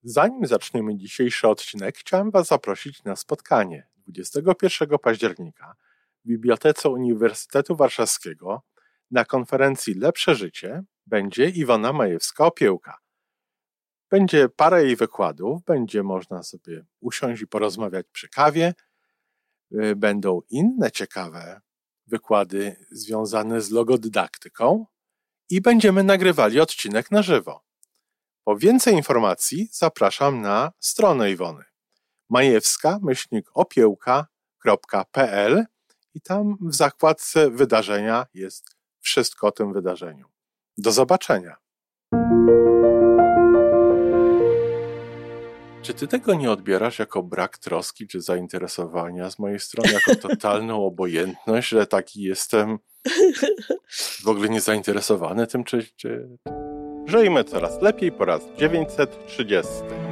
Zanim zaczniemy dzisiejszy odcinek, chciałem Was zaprosić na spotkanie 21 października w Bibliotece Uniwersytetu Warszawskiego na konferencji Lepsze Życie będzie Iwona Majewska-Opiełka. Będzie parę jej wykładów, będzie można sobie usiąść i porozmawiać przy kawie. Będą inne ciekawe wykłady związane z logodydaktyką i będziemy nagrywali odcinek na żywo. Po więcej informacji zapraszam na stronę Iwony majewska-opiełka.pl i tam w zakładce wydarzenia jest wszystko o tym wydarzeniu. Do zobaczenia. Czy ty tego nie odbierasz jako brak troski czy zainteresowania z mojej strony, jako totalną obojętność, że taki jestem w ogóle niezainteresowany tym, czy... Żyjmy coraz lepiej po raz 930.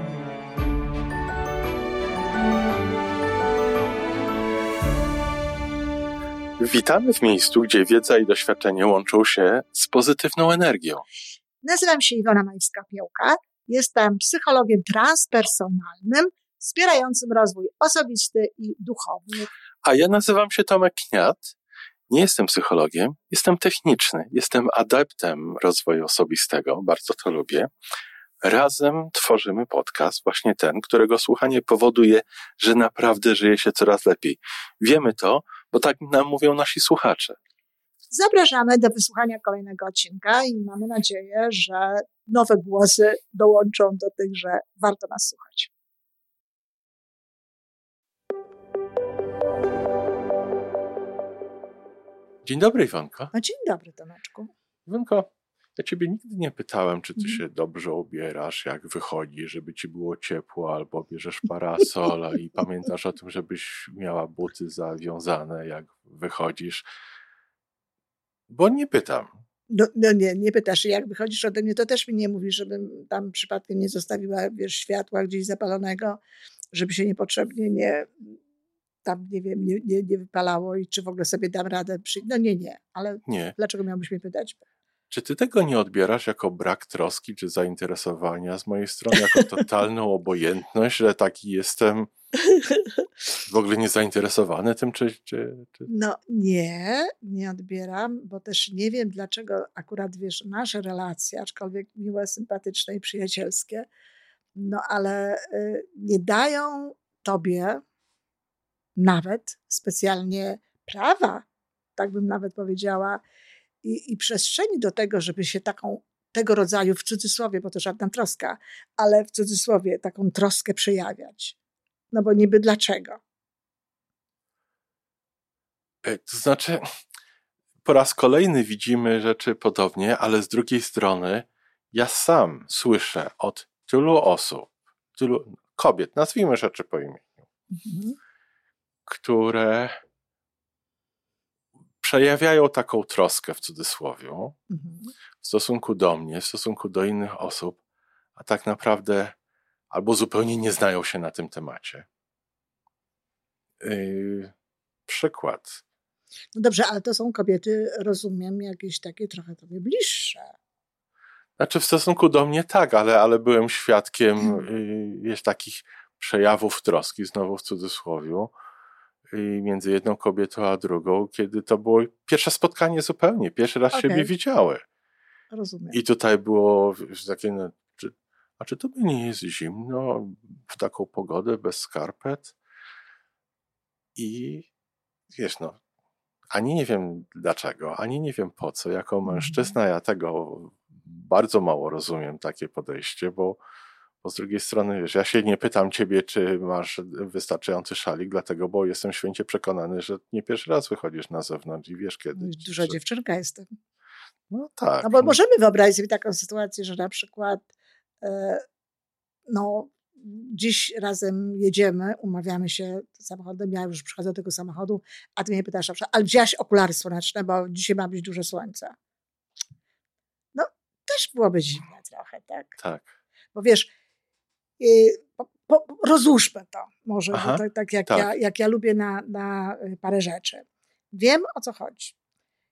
Witamy w miejscu, gdzie wiedza i doświadczenie łączą się z pozytywną energią. Nazywam się Iwona Majewska-Opiełka. Jestem psychologiem transpersonalnym, wspierającym rozwój osobisty i duchowy. A ja nazywam się Tomek Kniat. Nie jestem psychologiem, jestem techniczny, jestem adeptem rozwoju osobistego, bardzo to lubię. Razem tworzymy podcast, właśnie ten, którego słuchanie powoduje, że naprawdę żyje się coraz lepiej. Wiemy to, bo tak nam mówią nasi słuchacze. Zapraszamy do wysłuchania kolejnego odcinka i mamy nadzieję, że nowe głosy dołączą do tych, że warto nas słuchać. Dzień dobry, Iwonko. Dzień dobry, Tomeczku. Iwonko, ja ciebie nigdy nie pytałem, czy ty się dobrze ubierasz, jak wychodzisz, żeby ci było ciepło, albo bierzesz parasol i pamiętasz o tym, żebyś miała buty zawiązane, jak wychodzisz. Bo nie pytam. Nie pytasz, jak wychodzisz ode mnie, to też mi nie mówisz, żebym tam przypadkiem nie zostawiła, światła gdzieś zapalonego, żeby się niepotrzebnie nie wypalało i czy w ogóle sobie dam radę przyjść. Nie, ale nie. Dlaczego miałbyś mnie pytać? Czy ty tego nie odbierasz jako brak troski czy zainteresowania z mojej strony, jako totalną obojętność, że taki jestem w ogóle niezainteresowany tym, czy... Nie odbieram, bo też nie wiem, dlaczego akurat, nasze relacje, aczkolwiek miłe, sympatyczne i przyjacielskie, ale nie dają tobie nawet specjalnie prawa, tak bym nawet powiedziała, i przestrzeni do tego, żeby się tego rodzaju, w cudzysłowie, bo to żadna troska, ale w cudzysłowie taką troskę przejawiać. Bo niby dlaczego? To znaczy, po raz kolejny widzimy rzeczy podobnie, ale z drugiej strony ja sam słyszę od tylu osób, tylu kobiet, nazwijmy rzeczy po imieniu, które przejawiają taką troskę w cudzysłowie w stosunku do mnie, w stosunku do innych osób, a tak naprawdę albo zupełnie nie znają się na tym temacie. Przykład. No dobrze, ale to są kobiety, rozumiem, jakieś takie trochę tobie bliższe. Znaczy w stosunku do mnie tak, ale byłem świadkiem takich przejawów troski, znowu w cudzysłowiu, między jedną kobietą a drugą, kiedy to było pierwsze spotkanie zupełnie, pierwszy raz siebie widziały. Rozumiem. I tutaj było takie, czy to nie jest zimno w taką pogodę bez skarpet? I ani nie wiem dlaczego, ani nie wiem po co. Jako mężczyzna ja tego bardzo mało rozumiem, takie podejście, bo z drugiej strony, ja się nie pytam ciebie, czy masz wystarczający szalik, dlatego, bo jestem święcie przekonany, że nie pierwszy raz wychodzisz na zewnątrz i wiesz kiedy. Duża dziewczynka jestem. No tak. Bo możemy wyobrazić sobie taką sytuację, że na przykład dziś razem jedziemy, umawiamy się samochodem, ja już przychodzę do tego samochodu, a ty mnie pytasz, ale wzięłaś okulary słoneczne, bo dzisiaj ma być dużo słońca. Też byłoby dziwne trochę, tak? Tak. Bo rozłóżmy to może, bo tak jak ja lubię na parę rzeczy. Wiem, o co chodzi.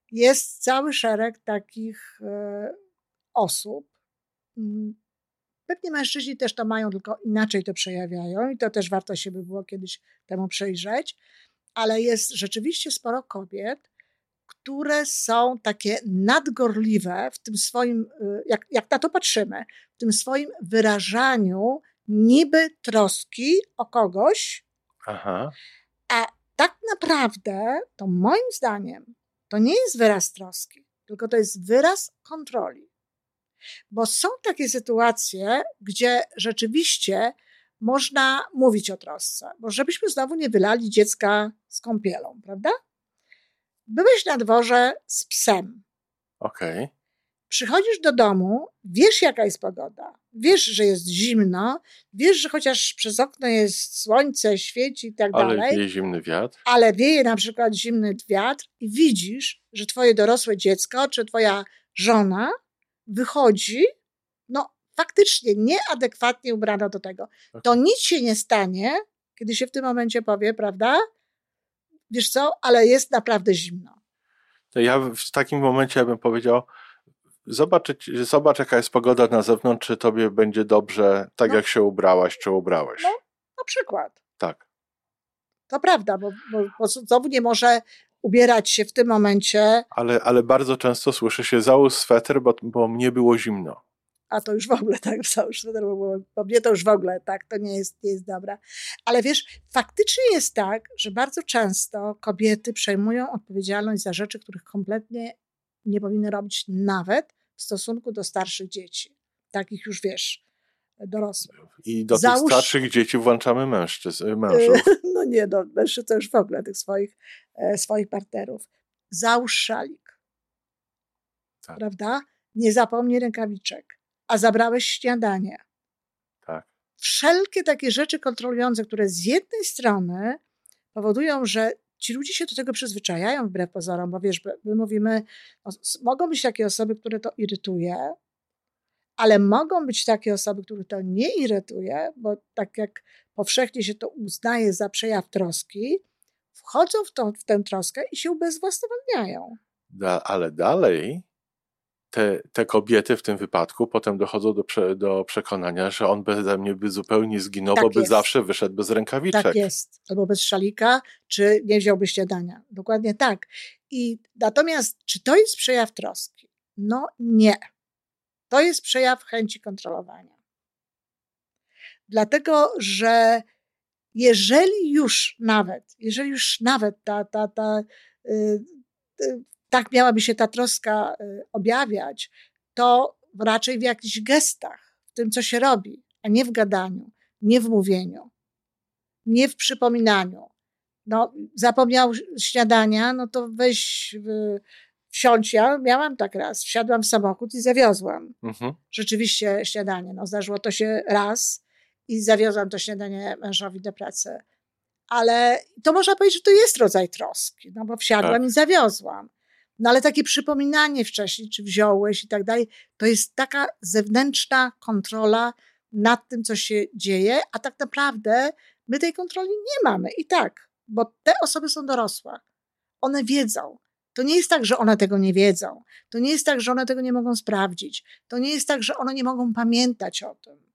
Jest cały szereg takich osób, Pewnie mężczyźni też to mają, tylko inaczej to przejawiają i to też warto się by było kiedyś temu przyjrzeć, ale jest rzeczywiście sporo kobiet, które są takie nadgorliwe w tym swoim, jak na to patrzymy, w tym swoim wyrażaniu niby troski o kogoś, Aha. a tak naprawdę to moim zdaniem to nie jest wyraz troski, tylko to jest wyraz kontroli. Bo są takie sytuacje, gdzie rzeczywiście można mówić o trosce, bo żebyśmy znowu nie wylali dziecka z kąpielą, prawda? Byłeś na dworze z psem. Okej. Przychodzisz do domu, wiesz jaka jest pogoda, wiesz, że jest zimno, wiesz, że chociaż przez okno jest słońce, świeci i tak Ale dalej, wieje zimny wiatr. ale wieje na przykład zimny wiatr i widzisz, że twoje dorosłe dziecko czy twoja żona wychodzi, no faktycznie nieadekwatnie ubrana do tego. To nic się nie stanie, kiedy się w tym momencie powie, prawda? Wiesz co, ale jest naprawdę zimno. To ja w takim momencie bym powiedział, zobacz jaka jest pogoda na zewnątrz, czy tobie będzie dobrze, tak jak się ubrałaś, czy ubrałeś. No, na przykład. Tak. To prawda, bo znowu nie może ubierać się w tym momencie. Ale bardzo często słyszy się załóż sweter, bo mnie było zimno. A to już w ogóle tak, bo mnie to już w ogóle tak, to nie jest dobra. Ale wiesz, faktycznie jest tak, że bardzo często kobiety przejmują odpowiedzialność za rzeczy, których kompletnie nie powinny robić nawet w stosunku do starszych dzieci. Takich już, wiesz, dorosłych. I do tych starszych dzieci włączamy mężów. No nie, mężczyzn to już w ogóle tych swoich partnerów. Załóż szalik. Tak. Prawda? Nie zapomnij rękawiczek. A zabrałeś śniadanie. Tak. Wszelkie takie rzeczy kontrolujące, które z jednej strony powodują, że ci ludzie się do tego przyzwyczajają wbrew pozorom, bo wiesz, my mówimy, mogą być takie osoby, które to irytuje, ale mogą być takie osoby, które to nie irytuje, bo tak jak powszechnie się to uznaje za przejaw troski, wchodzą w tę troskę i się ubezwłasnowolniają. Ale dalej te kobiety w tym wypadku potem dochodzą do przekonania, że on beze mnie by zupełnie zginął, tak bo by jest. zawsze wyszedł bez rękawiczek. Tak jest. Albo bez szalika, czy nie wziąłby śniadania. Dokładnie tak. Natomiast czy to jest przejaw troski? No nie. To jest przejaw chęci kontrolowania. Dlatego, że jeżeli już nawet tak miałaby się ta troska objawiać, to raczej w jakichś gestach, w tym, co się robi, a nie w gadaniu, nie w mówieniu, nie w przypominaniu. No, zapomniał śniadania, no to weź wsiądź. Ja miałam tak raz, wsiadłam w samochód i zawiozłam rzeczywiście śniadanie. No, zdarzyło to się raz i zawiozłam to śniadanie mężowi do pracy. Ale to można powiedzieć, że to jest rodzaj troski, no bo wsiadłam i zawiozłam. No ale takie przypominanie wcześniej, czy wziąłeś i tak dalej, to jest taka zewnętrzna kontrola nad tym, co się dzieje, a tak naprawdę my tej kontroli nie mamy. I tak, bo te osoby są dorosłe. One wiedzą. To nie jest tak, że one tego nie wiedzą. To nie jest tak, że one tego nie mogą sprawdzić. To nie jest tak, że one nie mogą pamiętać o tym.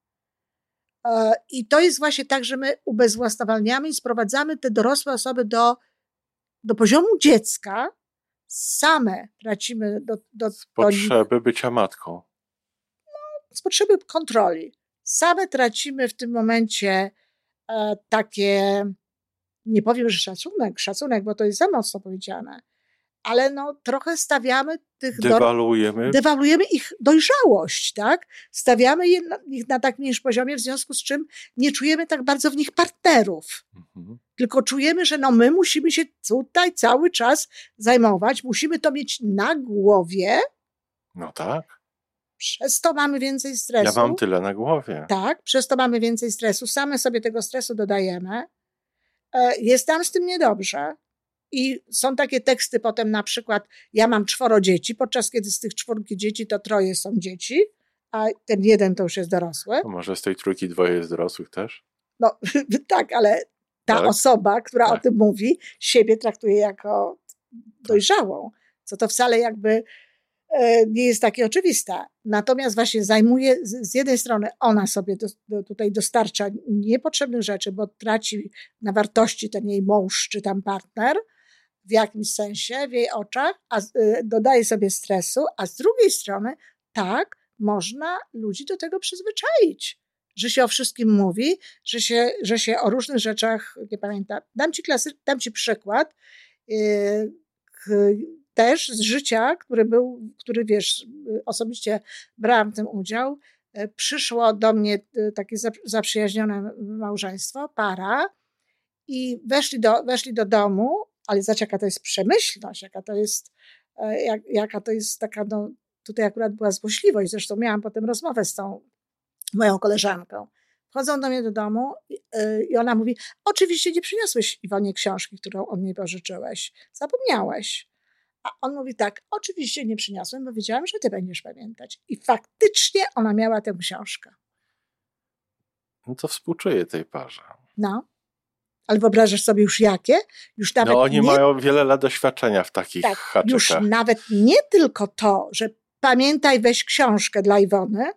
I to jest właśnie tak, że my ubezwłasnowalniamy i sprowadzamy te dorosłe osoby do poziomu dziecka, same tracimy z potrzeby bycia matką. No, z potrzeby kontroli. Same tracimy w tym momencie takie, nie powiem, że szacunek, bo to jest za mocno powiedziane, ale no trochę stawiamy dewaluujemy ich dojrzałość, tak? Stawiamy ich na tak mniejszym poziomie, w związku z czym nie czujemy tak bardzo w nich partnerów. Tylko czujemy, że no my musimy się tutaj cały czas zajmować, musimy to mieć na głowie. No tak. Przez to mamy więcej stresu. Ja mam tyle na głowie. Tak, przez to mamy więcej stresu. Same sobie tego stresu dodajemy. Jest nam z tym niedobrze. I są takie teksty potem na przykład, ja mam 4 dzieci, podczas kiedy z tych 4 dzieci to 3 są dzieci, a ten 1 to już jest dorosły. To może z tej 3 2 jest dorosłych też? No tak, ale ta osoba, która o tym mówi, siebie traktuje jako dojrzałą, co to wcale jakby nie jest takie oczywiste. Natomiast właśnie zajmuje, z jednej strony ona sobie tutaj dostarcza niepotrzebnych rzeczy, bo traci na wartości ten jej mąż czy tam partner w jakimś sensie w jej oczach, a dodaje sobie stresu, a z drugiej strony tak można ludzi do tego przyzwyczaić, że się o wszystkim mówi, że się o różnych rzeczach nie pamięta. Dam ci przykład też z życia, który wiesz, osobiście brałam w tym udział. Przyszło do mnie takie zaprzyjaźnione małżeństwo, para i weszli do domu, ale zobacz, jaka to jest przemyślność, jaka to jest taka, no, tutaj akurat była złośliwość, zresztą miałam potem rozmowę z tą moją koleżanką. Wchodzą do mnie do domu i ona mówi, oczywiście nie przyniosłeś Iwonie książki, którą od niej pożyczyłeś, zapomniałeś. A on mówi tak, oczywiście nie przyniosłem, bo wiedziałam, że ty będziesz pamiętać. I faktycznie ona miała tę książkę. No to współczuję tej parze. No, ale wyobrażasz sobie już jakie? Już nawet no oni mają wiele lat doświadczenia w takich haczykach. Już nawet nie tylko to, że pamiętaj, weź książkę dla Iwony,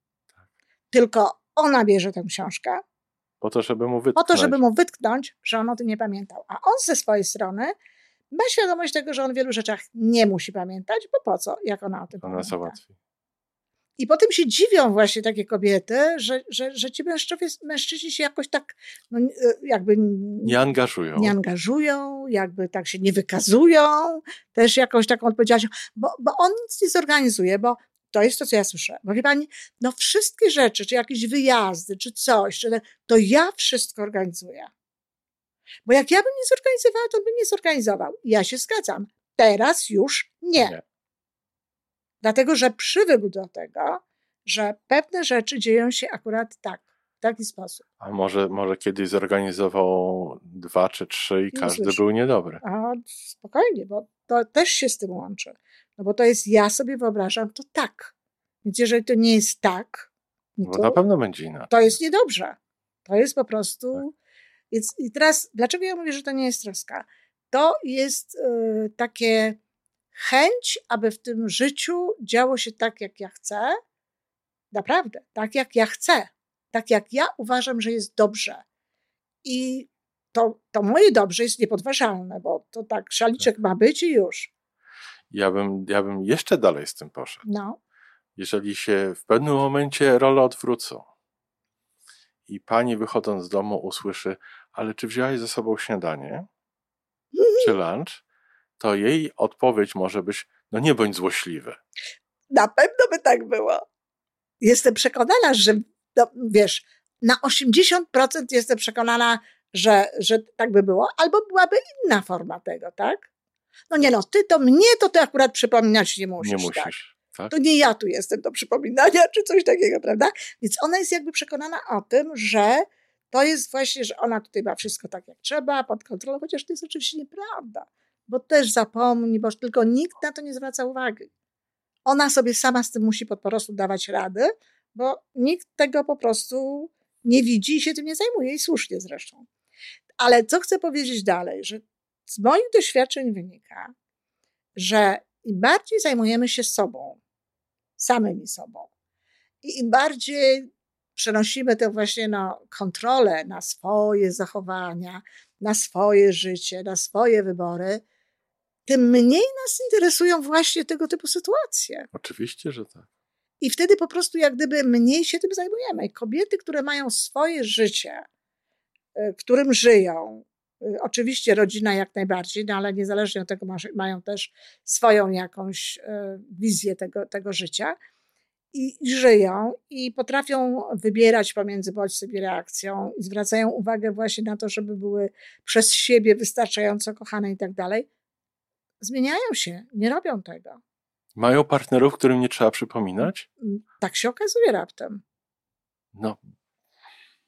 tylko ona bierze tę książkę. Po to, żeby mu wytknąć, że on o tym nie pamiętał. A on ze swojej strony ma świadomość tego, że on w wielu rzeczach nie musi pamiętać, bo po co, jak ona o tym pamięta. Ona załatwi. I potem się dziwią właśnie takie kobiety, że ci mężczyźni się jakoś tak no, jakby nie angażują, jakby tak się nie wykazują, też jakąś taką odpowiedzialnością, bo on nic nie zorganizuje, bo to jest to, co ja słyszę. Bo wie pani, no wszystkie rzeczy, czy jakieś wyjazdy, czy coś, to ja wszystko organizuję. Bo jak ja bym nie zorganizowała, to on by nie zorganizował. Ja się zgadzam. Teraz już nie. Dlatego, że przywykł do tego, że pewne rzeczy dzieją się akurat tak, w taki sposób. A może kiedyś zorganizował 2 czy 3 i każdy był niedobry. A spokojnie, bo to też się z tym łączy. No bo to jest, ja sobie wyobrażam to tak. Więc jeżeli to nie jest tak, to na pewno będzie inaczej. To jest niedobrze. To jest po prostu... Tak. Więc i teraz, dlaczego ja mówię, że to nie jest troska? To jest takie chęć, aby w tym życiu działo się tak, jak ja chcę. Naprawdę, tak jak ja chcę. Tak jak ja uważam, że jest dobrze. I to moje dobrze jest niepodważalne, bo to tak, szaliczek ma być i już. Ja bym jeszcze dalej z tym poszedł. No. Jeżeli się w pewnym momencie role odwrócą i pani wychodząc z domu usłyszy, ale czy wzięłaś ze sobą śniadanie? Czy lunch? To jej odpowiedź może być, no nie bądź złośliwy. Na pewno by tak było. Jestem przekonana, że no, wiesz, na 80% jestem przekonana, że tak by było, albo byłaby inna forma tego, tak? No nie no, ty akurat przypominać nie musisz. Nie musisz. Tak? To nie ja tu jestem do przypominania, czy coś takiego, prawda? Więc ona jest jakby przekonana o tym, że to jest właśnie, że ona tutaj ma wszystko tak jak trzeba, pod kontrolą, chociaż to jest oczywiście nieprawda, bo też zapomni, bo tylko nikt na to nie zwraca uwagi. Ona sobie sama z tym musi po prostu dawać radę, bo nikt tego po prostu nie widzi i się tym nie zajmuje i słusznie zresztą. Ale co chcę powiedzieć dalej, że z moich doświadczeń wynika, że im bardziej zajmujemy się sobą, samymi sobą i im bardziej przenosimy tę właśnie kontrolę na swoje zachowania, na swoje życie, na swoje wybory, tym mniej nas interesują właśnie tego typu sytuacje. Oczywiście, że tak. I wtedy po prostu jak gdyby mniej się tym zajmujemy. I kobiety, które mają swoje życie, którym żyją, oczywiście rodzina jak najbardziej, no ale niezależnie od tego mają też swoją jakąś wizję tego życia i żyją i potrafią wybierać pomiędzy bodźcem i reakcją i zwracają uwagę właśnie na to, żeby były przez siebie wystarczająco kochane i tak dalej. Zmieniają się, nie robią tego. Mają partnerów, którym nie trzeba przypominać? Tak się okazuje raptem. No,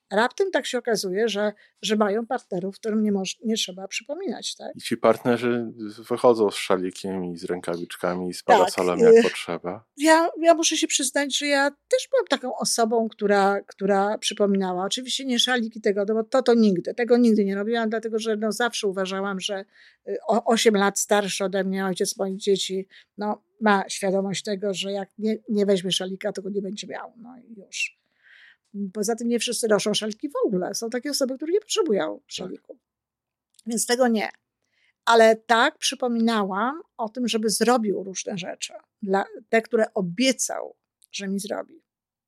Raptem tak się okazuje, że mają partnerów, którym nie trzeba przypominać, tak? I ci partnerzy wychodzą z szalikiem i z rękawiczkami i z Tak. parasolem jak potrzeba. Ja muszę się przyznać, że ja też byłam taką osobą, która przypominała. Oczywiście nie szaliki tego, bo to nigdy. Tego nigdy nie robiłam, dlatego że zawsze uważałam, że o 8 lat starszy ode mnie ojciec moich dzieci ma świadomość tego, że jak nie weźmie szalika, to go nie będzie miał. No i już. Poza tym nie wszyscy noszą szaliki w ogóle. Są takie osoby, które nie potrzebują szaliku. Więc tego nie. Ale tak przypominałam o tym, żeby zrobił różne rzeczy. Dla te, które obiecał, że mi zrobi.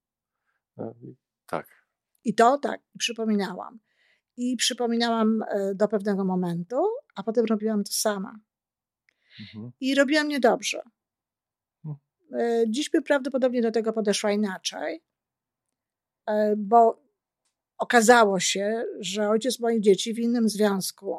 Tak. I to tak, przypominałam. I przypominałam do pewnego momentu, a potem robiłam to sama. I robiłam niedobrze. Dziś by prawdopodobnie do tego podeszła inaczej, bo okazało się, że ojciec moich dzieci w innym związku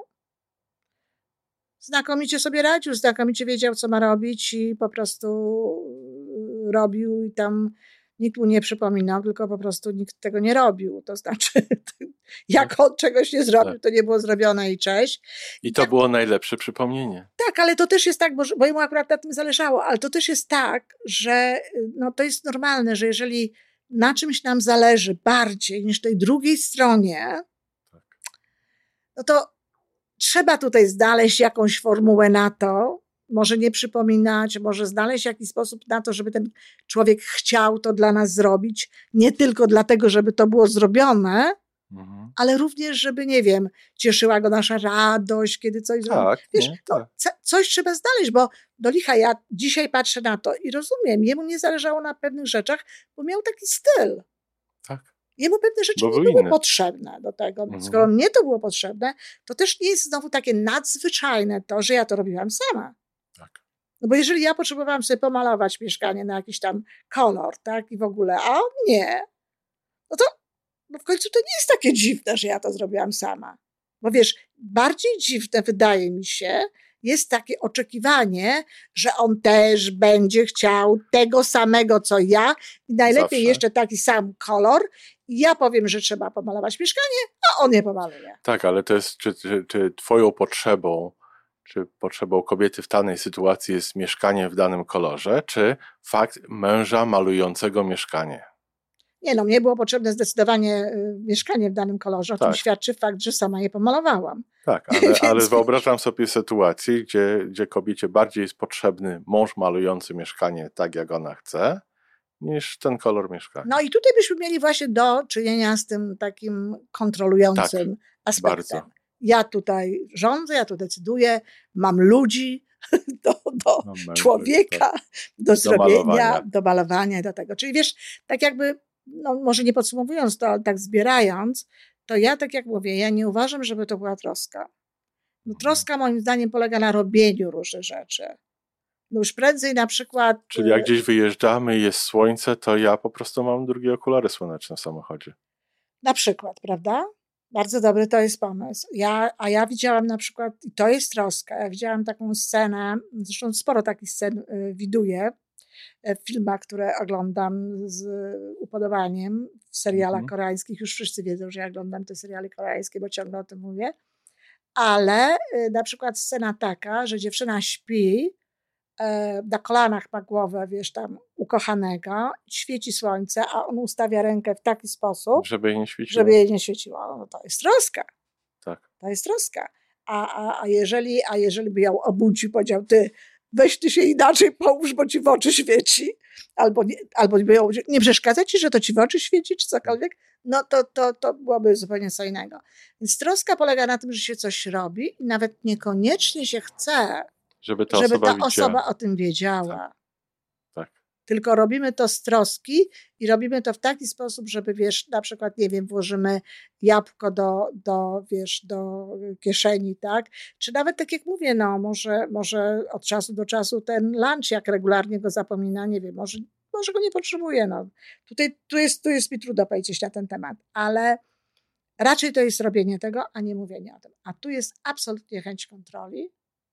znakomicie sobie radził, znakomicie wiedział, co ma robić i po prostu robił i tam nikt mu nie przypominał, tylko po prostu nikt tego nie robił. To znaczy, jak on czegoś nie zrobił, to nie było zrobione i cześć. I to było najlepsze przypomnienie. Tak, ale to też jest tak, bo jemu akurat na tym zależało, ale to też jest tak, że to jest normalne, że jeżeli na czymś nam zależy bardziej niż tej drugiej stronie, no to trzeba tutaj znaleźć jakąś formułę na to, może nie przypominać, może znaleźć jakiś sposób na to, żeby ten człowiek chciał to dla nas zrobić, nie tylko dlatego, żeby to było zrobione, ale również, żeby, nie wiem, cieszyła go nasza radość, kiedy coś zrobi. Wiesz, coś trzeba znaleźć, bo do licha ja dzisiaj patrzę na to i rozumiem, jemu nie zależało na pewnych rzeczach, bo miał taki styl. Tak. Jemu pewne rzeczy nie były potrzebne do tego. Skoro mnie to było potrzebne, to też nie jest znowu takie nadzwyczajne to, że ja to robiłam sama. Tak. No bo jeżeli ja potrzebowałam sobie pomalować mieszkanie na jakiś tam kolor, tak, i w ogóle, a on nie, no to w końcu to nie jest takie dziwne, że ja to zrobiłam sama. Bo wiesz, bardziej dziwne wydaje mi się, jest takie oczekiwanie, że on też będzie chciał tego samego, co ja i najlepiej jeszcze taki sam kolor. I ja powiem, że trzeba pomalować mieszkanie, a on je pomaluje. Tak, ale to jest, czy twoją potrzebą, czy potrzebą kobiety w danej sytuacji jest mieszkanie w danym kolorze, czy fakt męża malującego mieszkanie? Nie, mnie było potrzebne zdecydowanie mieszkanie w danym kolorze. O tym świadczy fakt, że sama je pomalowałam. Tak, ale wyobrażam sobie sytuację, gdzie kobiecie bardziej jest potrzebny mąż malujący mieszkanie tak, jak ona chce, niż ten kolor mieszkania. No i tutaj byśmy mieli właśnie do czynienia z tym takim kontrolującym aspektem. Bardzo. Ja tutaj rządzę, ja tu decyduję, mam ludzi do człowieka, do zrobienia, do malowania i do tego. Czyli wiesz, tak jakby, może nie podsumowując to, ale tak zbierając, to ja tak jak mówię, ja nie uważam, żeby to była troska. Troska moim zdaniem polega na robieniu różnych rzeczy. Już prędzej na przykład... Czyli jak gdzieś wyjeżdżamy i jest słońce, to ja po prostu mam drugie okulary słoneczne w samochodzie. Na przykład, prawda? Bardzo dobry to jest pomysł. Ja widziałam na przykład, i to jest troska, ja widziałam taką scenę, zresztą sporo takich scen widuję w filmach, które oglądam z upodobaniem, w serialach koreańskich. Już wszyscy wiedzą, że ja oglądam te seriale koreańskie, bo ciągle o tym mówię. Ale na przykład scena taka, że dziewczyna śpi, na kolanach ma głowę, wiesz, tam ukochanego, świeci słońce, a on ustawia rękę w taki sposób, żeby jej nie świeciło. Żeby jej nie świeciło. No to jest troska. Tak. To jest troska. A jeżeli by ją obudził, powiedział, weź ty się inaczej połóż, bo ci w oczy świeci, albo by ją, nie przeszkadza ci, że to ci w oczy świeci, czy cokolwiek, no to byłoby zupełnie co innego. Więc troska polega na tym, że się coś robi i nawet niekoniecznie się chce, żeby ta osoba o tym wiedziała. Tak. Tylko robimy to z troski i robimy to w taki sposób, żeby, wiesz, na przykład, nie wiem, włożymy jabłko do kieszeni, tak? Czy nawet, tak jak mówię, może od czasu do czasu ten lunch, jak regularnie go zapomina, nie wiem, może go nie potrzebuje, Tu jest mi trudno powiedzieć na ten temat, ale raczej to jest robienie tego, a nie mówienie o tym. A tu jest absolutnie chęć kontroli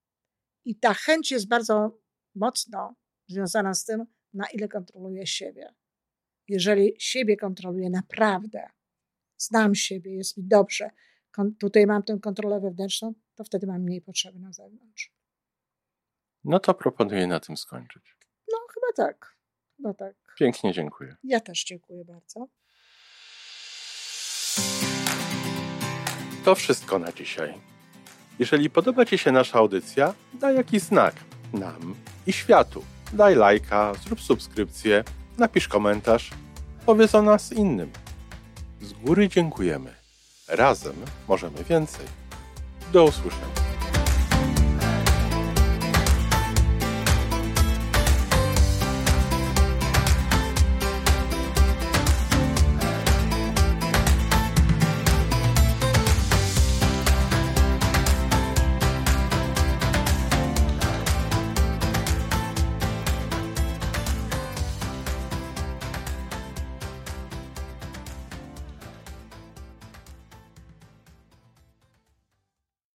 i ta chęć jest bardzo mocno związana z tym, na ile kontroluje siebie. Jeżeli siebie kontroluje naprawdę, znam siebie, jest mi dobrze, tutaj mam tę kontrolę wewnętrzną, to wtedy mam mniej potrzeby na zewnątrz. No to proponuję na tym skończyć. No, chyba tak. Pięknie dziękuję. Ja też dziękuję bardzo. To wszystko na dzisiaj. Jeżeli podoba Ci się nasza audycja, daj jakiś znak nam i światu. Daj lajka, zrób subskrypcję, napisz komentarz, powiedz o nas innym. Z góry dziękujemy. Razem możemy więcej. Do usłyszenia.